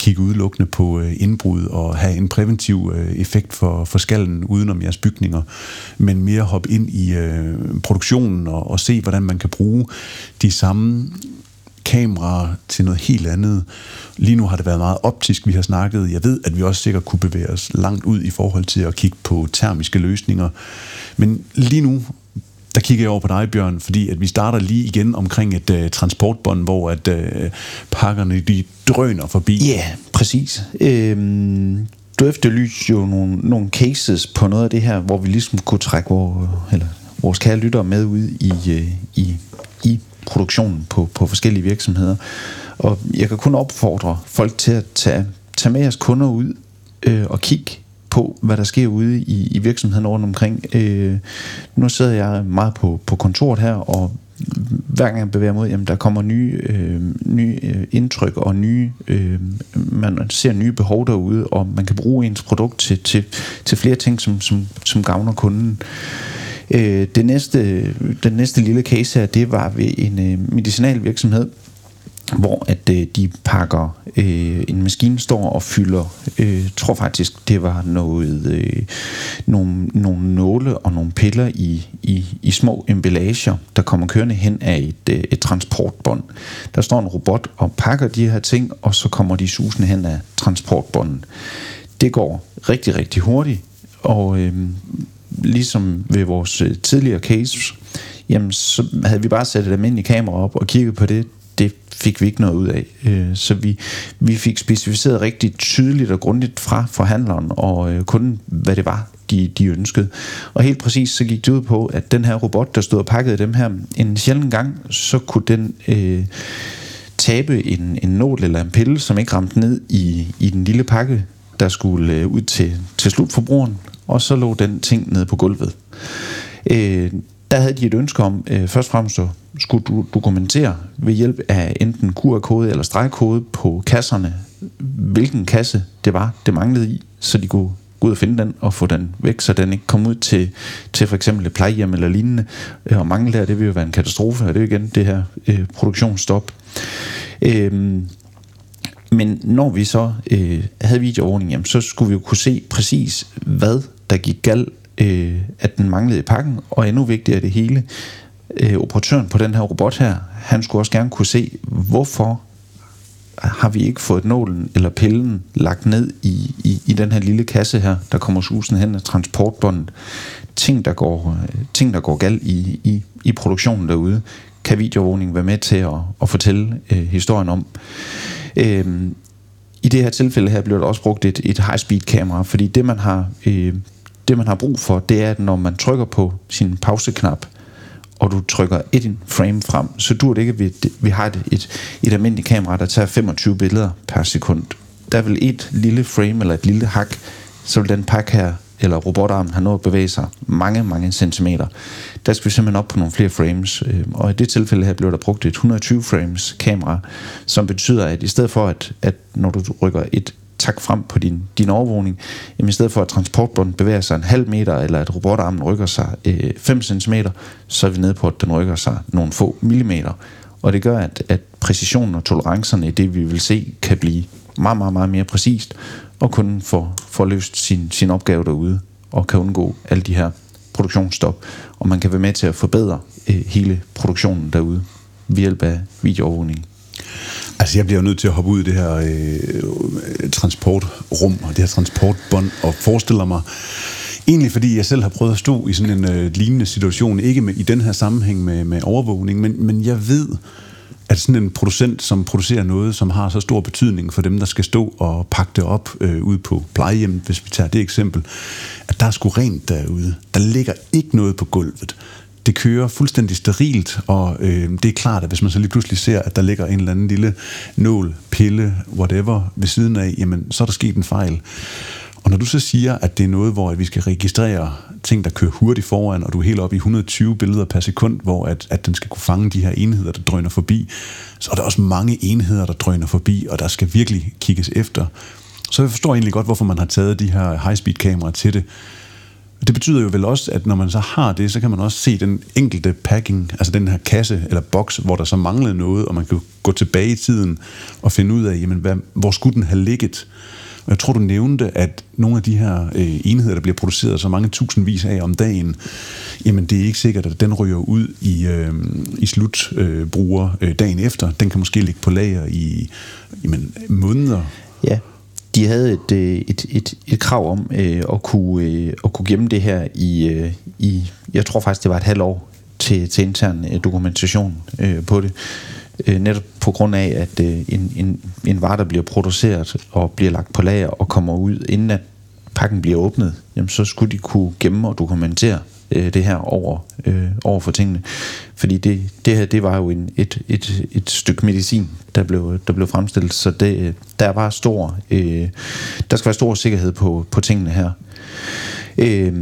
kigge udelukkende på øh, indbrud og have en præventiv øh, effekt for, for skallen udenom jeres bygninger, men mere hoppe ind i øh, produktionen og, og se, hvordan man kan bruge de samme kameraer til noget helt andet. Lige nu har det været meget optisk, vi har snakket. Jeg ved, at vi også sikkert kunne bevæge os langt ud i forhold til at kigge på termiske løsninger. Men lige nu, der kigger jeg over på dig, Bjørn, fordi at vi starter lige igen omkring et uh, transportbånd, hvor at uh, pakkerne, de drøner forbi. Ja, yeah, præcis. Øhm, du efterlyser jo nogle, nogle cases på noget af det her, hvor vi ligesom kunne trække vores, eller, vores kære lyttere med ud i, i, i produktionen på, på forskellige virksomheder. Og jeg kan kun opfordre folk til at tage, tage med jeres kunder ud øh, og kigge på, hvad der sker ude i, i virksomheden rundt omkring. Øh, nu sidder jeg meget på, på kontoret her, og hver gang jeg bevæger mod, jamen der kommer nye, øh, nye øh, indtryk og nye, øh, man ser nye behov derude, og man kan bruge ens produkt til, til, til flere ting, som, som, som gavner kunden. Øh, det næste, den næste lille case her, det var ved en øh, medicinalvirksomhed, hvor at øh, de pakker øh, en maskine står og fylder, øh, tror faktisk det var noget øh, nogle, nogle nåle og nogle piller i, i, i små emballager, der kommer kørende hen af et, øh, et transportbånd. Der står en robot og pakker de her ting, og så kommer de susende hen af transportbåndet. Det går rigtig rigtig hurtigt, og øh, ligesom ved vores tidligere case, jamen så havde vi bare sat et almindeligt kamera op og kigget på det. Det fik vi ikke noget ud af. Så vi, vi fik specificeret rigtig tydeligt og grundigt fra forhandleren og kunden, hvad det var, de, de ønskede. Og helt præcis så gik det ud på, at den her robot, der stod og pakkede dem her, en sjælden gang, så kunne den øh, tabe en, en nål eller en pille, som ikke ramte ned i, i den lille pakke, der skulle øh, ud til, til slutforbrugeren, og så lå den ting nede på gulvet. Øh, Der havde de et ønske om, øh, først og fremmest så skulle du dokumentere ved hjælp af enten Q R-kode eller stregkode på kasserne, hvilken kasse det var, det manglede i, så de kunne gå ud og finde den og få den væk, så den ikke kom ud til, til for eksempel et plejehjem eller lignende. Og mangle der, det vil jo være en katastrofe, og det er jo igen det her øh, produktionsstop. Øh, men når vi så øh, havde videoovervågning, jamen, så skulle vi jo kunne se præcis, hvad der gik galt, Øh, at den manglede i pakken, og endnu vigtigere det hele, øh, operatøren på den her robot her, han skulle også gerne kunne se, hvorfor har vi ikke fået nålen eller pillen lagt ned i, i, i den her lille kasse her, der kommer susen hen af transportbåndet. Ting, der går, ting, der går galt i, i, i produktionen derude, kan videoovervågning være med til at, at fortælle øh, historien om. Øh, I det her tilfælde her blev der også brugt et, et high-speed kamera, fordi det man har øh, Det man har brug for, det er, at når man trykker på sin pauseknap, og du trykker et frame frem, så dur det ikke, at vi, vi har et, et, et almindeligt kamera, der tager femogtyve billeder per sekund. Der vil et lille frame eller et lille hak, så vil den pakke her, eller robotarmen, have nået at bevæge sig mange, mange centimeter. Der skal vi simpelthen op på nogle flere frames, og i det tilfælde her blev der brugt et et hundrede og tyve frames kamera, som betyder, at i stedet for, at, at når du rykker et tak frem på din, din overvågning, jamen i stedet for at transportbåndet bevæger sig en halv meter, eller at robotarmen rykker sig øh, fem centimeter, så er vi nede på, at den rykker sig nogle få millimeter. Og det gør, at, at præcisionen og tolerancerne i det, vi vil se, kan blive meget, meget, meget mere præcist, og kunden får, får løst sin, sin opgave derude, og kan undgå alle de her produktionsstop. Og man kan være med til at forbedre øh, hele produktionen derude ved hjælp af videoovervågning. Altså jeg bliver jo nødt til at hoppe ud i det her øh, transportrum og det her transportbånd og forestiller mig, egentlig fordi jeg selv har prøvet at stå i sådan en øh, lignende situation, ikke med, i den her sammenhæng med, med overvågning, men, men jeg ved, at sådan en producent, som producerer noget, som har så stor betydning for dem, der skal stå og pakke det op øh, ude på plejehjemmet, hvis vi tager det eksempel, at der er sgu rent derude. Der ligger ikke noget på gulvet. Det kører fuldstændig sterilt, og øh, det er klart, at hvis man så lige pludselig ser, at der ligger en eller anden lille nål, pille, whatever, ved siden af, jamen, så er der sket en fejl. Og når du så siger, at det er noget, hvor vi skal registrere ting, der kører hurtigt foran, og du er helt oppe i et hundrede og tyve billeder per sekund, hvor at, at den skal kunne fange de her enheder, der drøner forbi, så er der også mange enheder, der drøner forbi, og der skal virkelig kigges efter. Så jeg forstår egentlig godt, hvorfor man har taget de her high-speed kameraer til det. Det betyder jo vel også, at når man så har det, så kan man også se den enkelte packing, altså den her kasse eller boks, hvor der så manglede noget, og man kan gå tilbage i tiden og finde ud af, jamen, hvad, hvor skulle den have ligget. Og jeg tror, du nævnte, at nogle af de her øh, enheder, der bliver produceret så mange tusindvis af om dagen, jamen det er ikke sikkert, at den ryger ud i, øh, i slutbruger øh, øh, dagen efter. Den kan måske ligge på lager i jamen, måneder. Ja. De havde et, et, et, et krav om øh, at, kunne, øh, at kunne gemme det her i, øh, i, jeg tror faktisk det var et halvt år til, til intern øh, dokumentation øh, på det. Øh, netop på grund af, at øh, en, en, en vare, der bliver produceret og bliver lagt på lager og kommer ud, inden at pakken bliver åbnet, jamen, så skulle de kunne gemme og dokumentere øh, det her over, øh, over for tingene. Fordi det, det her, det var jo en, et, et, et stykke medicin, der blev, der blev fremstillet, så det, der var stor, øh, der skal være stor sikkerhed på, på tingene her. Øh,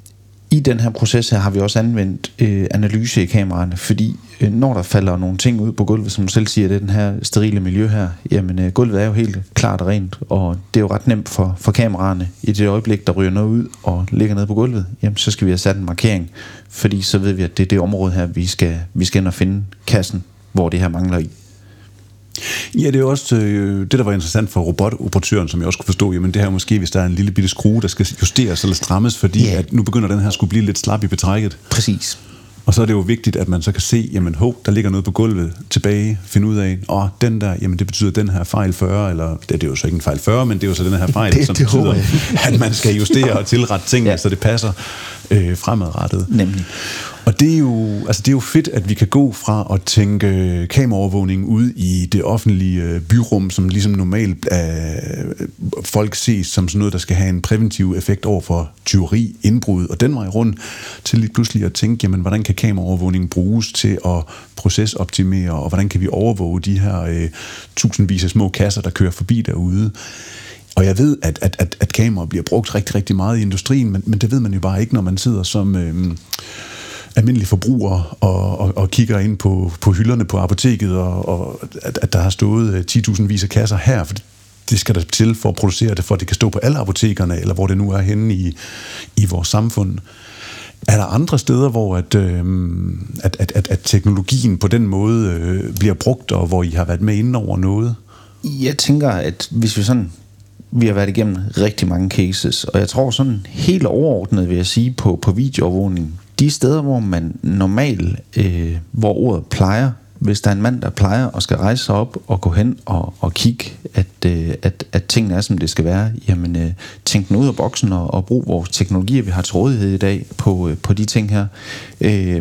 I den her proces her har vi også anvendt øh, analyse i kameraerne, fordi øh, når der falder nogle ting ud på gulvet, som du selv siger, det er den her sterile miljø her, jamen øh, gulvet er jo helt klart og rent, og det er jo ret nemt for, for kameraerne i det øjeblik, der ryger noget ud og ligger nede på gulvet, jamen så skal vi have sat en markering, fordi så ved vi, at det er det område her, vi skal, vi skal ind og finde kassen, hvor det her mangler i. Ja, det er jo også øh, det, der var interessant for robotoperatøren, som jeg også kunne forstå, jamen det her måske, hvis der er en lille bitte skrue, der skal justeres eller strammes, fordi yeah. at nu begynder den her skulle blive lidt slap i betrækket. Præcis. Og så er det jo vigtigt, at man så kan se, jamen hov, der ligger noget på gulvet, tilbage, finde ud af, åh, den der, jamen det betyder den her fejl fyrre, eller det, det er jo så ikke en fejl fyrre, men det er jo så den her fejl, det, som det betyder, at man skal justere og tilrette tingene, ja. Så det passer øh, fremadrettet. Nemlig. Og det er, jo, altså det er jo fedt, at vi kan gå fra at tænke kameraovervågning ud i det offentlige byrum, som ligesom normalt øh, folk ses som sådan noget, der skal have en præventiv effekt over for tyveri, indbrud og den vej rundt, til lige pludselig at tænke, jamen hvordan kan kameraovervågning bruges til at procesoptimere, og hvordan kan vi overvåge de her øh, tusindvis af små kasser, der kører forbi derude. Og jeg ved, at, at, at, at kameraer bliver brugt rigtig, rigtig meget i industrien, men, men det ved man jo bare ikke, når man sidder som Øh, almindelige forbrugere og, og, og kigger ind på, på hylderne på apoteket, og, og at, at der har stået ti tusind vis af kasser her, for det skal der til for at producere det, for at det kan stå på alle apotekerne, eller hvor det nu er henne i, i vores samfund. Er der andre steder, hvor at, øh, at, at, at, at teknologien på den måde øh, bliver brugt, og hvor I har været med inden over noget? Jeg tænker, at hvis vi sådan vi har været igennem rigtig mange cases, og jeg tror sådan helt overordnet, vil jeg sige, på, på videoovervågning, de steder, hvor man normalt, øh, hvor ordet plejer, hvis der er en mand, der plejer og skal rejse sig op og gå hen og, og kigge, at, øh, at, at tingene er, som det skal være, jamen øh, tænk den ud af boksen og, og brug vores teknologier, vi har til rådighed i dag på, øh, på de ting her. Øh,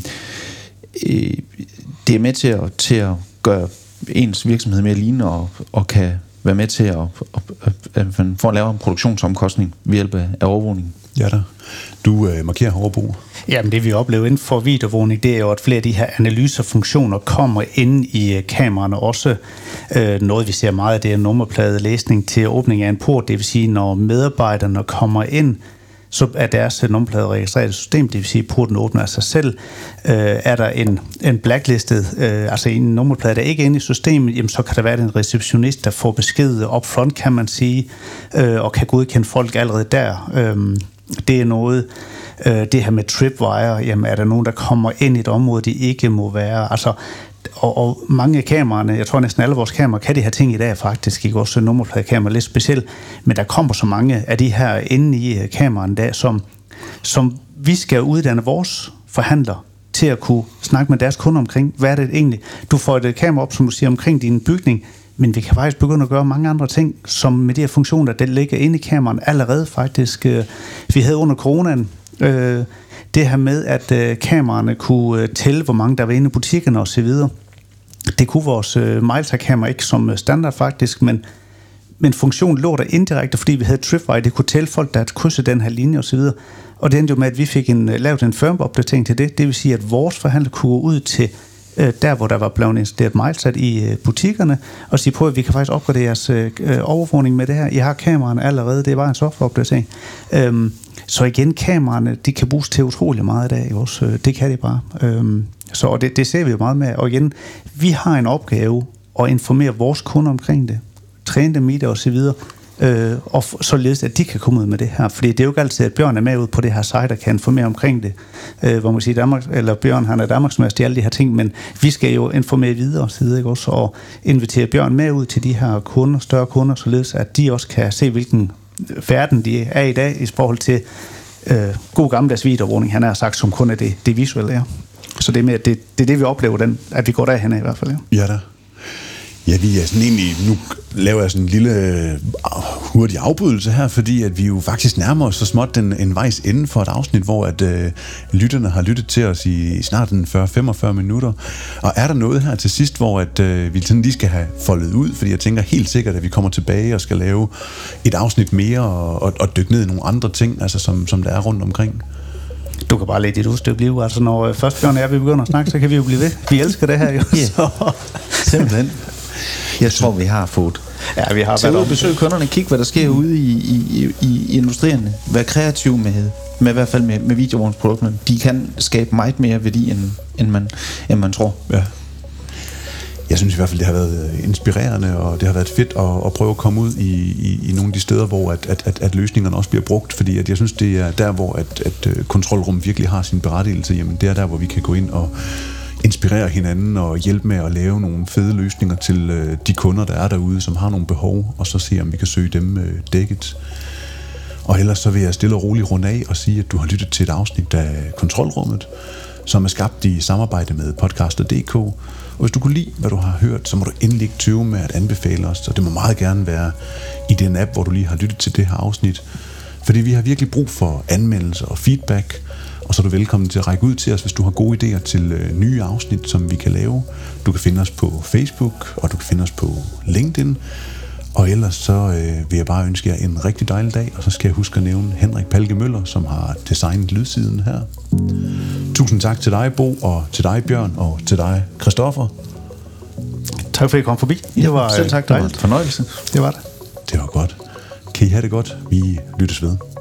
øh, det er med til at, til at gøre ens virksomhed mere lignende og, og kan være med til at, at, at, at, at få en lavere produktionsomkostning ved hjælp af overvågning. Ja da. Du øh, markerer Hårbo. Jamen det vi oplever inden for videoovervågning, det er jo, at flere af de her analysefunktioner kommer ind i kameraerne også. Øh, noget vi ser meget af, det er nummerpladelæsning til åbning af en port, det vil sige, når medarbejderne kommer ind, så er deres nummerplade registreret i system, det vil sige, at porten åbner af sig selv. Øh, er der en, en blacklistet, øh, altså en nummerplade, der ikke er inde i systemet, jamen, så kan der være en receptionist, der får besked upfront, kan man sige, øh, og kan godkende folk allerede der. Øh, det er noget, øh, det her med tripwire, jamen er der nogen, der kommer ind i et område, de ikke må være, altså Og, og mange af kameraerne, jeg tror næsten alle vores kameraer kan de her ting i dag faktisk, ikke også nummerpladekamera lidt specielt, men der kommer så mange af de her inde i kameraerne der, som, som vi skal uddanne vores forhandlere til at kunne snakke med deres kunder omkring, hvad er det egentlig? Du får et kamera op, som du siger, omkring din bygning, men vi kan faktisk begynde at gøre mange andre ting, som med de her funktioner, der ligger inde i kameraen allerede faktisk. Vi havde under coronaen øh, det her med, at øh, kameraerne kunne øh, tælle, hvor mange der var inde i butikkerne og så videre. Det kunne vores øh, Milestar-kamera ikke som standard faktisk, men, men funktionen lå der indirekte, fordi vi havde tripwire, det kunne tælle folk, der havde krydset den her linje og så videre. Og det endte jo med, at vi fik en, lavet en firmware-opdatering til det. Det vil sige, at vores forhandler kunne gå ud til øh, der, hvor der var blevet installeret Milestar i øh, butikkerne, og sige på, at vi kan faktisk opgradere jeres øh, overvågning med det her. I har kameraerne allerede, det er bare en software-opdatering. Øhm, Så igen, kameraerne, de kan bruges til utrolig meget i dag også. Det kan de bare. Så det, det ser vi jo meget med. Og igen, vi har en opgave at informere vores kunder omkring det. Træne dem i det og så videre. øh, og f- således at de kan komme ud med det her. Fordi det er jo ikke altid, at Bjørn er med ud på det her site, og kan informere omkring det. Øh, hvor man siger, Danmark, eller Bjørn, han er Danmarksmester i alle de her ting, men vi skal jo informere videre og så videre, ikke også? Og invitere Bjørn med ud til de her kunder, større kunder, således at de også kan se, hvilken færden de er i dag i forhold til øh, god gammeldags videoovervågning, han har sagt, som kun er det, det visuelle er. Så det er, med, det, det er det, vi oplever, den, at vi går derhen i hvert fald. Ja, ja da. Ja, vi er sådan egentlig, nu laver jeg sådan en lille hurtig afbrydelse her, fordi at vi jo faktisk nærmer os så småt en, en vejs ende for et afsnit, hvor at øh, lytterne har lyttet til os i snart en fyrre til femogfyrre minutter. Og er der noget her til sidst, hvor at, øh, vi sådan lige skal have foldet ud, fordi jeg tænker helt sikkert, at vi kommer tilbage og skal lave et afsnit mere og, og, og dykke ned i nogle andre ting, altså som, som der er rundt omkring. Du kan bare lade dit udstykke blive. Altså når først Bjørn og jeg begynder at snakke, så kan vi jo blive ved. Vi elsker det her jo. Yeah. Så. Simpelthen. Jeg tror, vi har fået. Ja, vi har været ud og besøge kunderne, kigge, hvad der sker ude i, i, i, i industrierne. Vær kreativ med, med i hvert fald med, med videovognsprodukterne. De kan skabe meget mere værdi, end, end, man, end man tror. Ja. Jeg synes i hvert fald, det har været inspirerende, og det har været fedt at, at prøve at komme ud i, i, i nogle af de steder, hvor at, at, at, at løsningerne også bliver brugt, fordi at jeg synes, det er der, hvor at, at kontrolrummet virkelig har sin berettigelse. Jamen, det er der, hvor vi kan gå ind og inspirere hinanden og hjælpe med at lave nogle fede løsninger til øh, de kunder, der er derude, som har nogle behov, og så se, om vi kan søge dem øh, dækket. Og ellers så vil jeg stille og roligt runde af og sige, at du har lyttet til et afsnit af Kontrolrummet, som er skabt i samarbejde med podcaster punktum d k. Og hvis du kunne lide, hvad du har hørt, så må du endelig ikke tøve med at anbefale os, og det må meget gerne være i den app, hvor du lige har lyttet til det her afsnit. Fordi vi har virkelig brug for anmeldelser og feedback, og så er du velkommen til at række ud til os, hvis du har gode idéer til øh, nye afsnit, som vi kan lave. Du kan finde os på Facebook, og du kan finde os på LinkedIn. Og ellers så øh, vil jeg bare ønske jer en rigtig dejlig dag, og så skal jeg huske at nævne Henrik Palke Møller, som har designet lydsiden her. Tusind tak til dig, Bo, og til dig, Bjørn, og til dig, Christoffer. Tak fordi I kom forbi. Det var selv tak, det var en fornøjelse. Det var det. Det var godt. Kan I have det godt? Vi lyttes ved.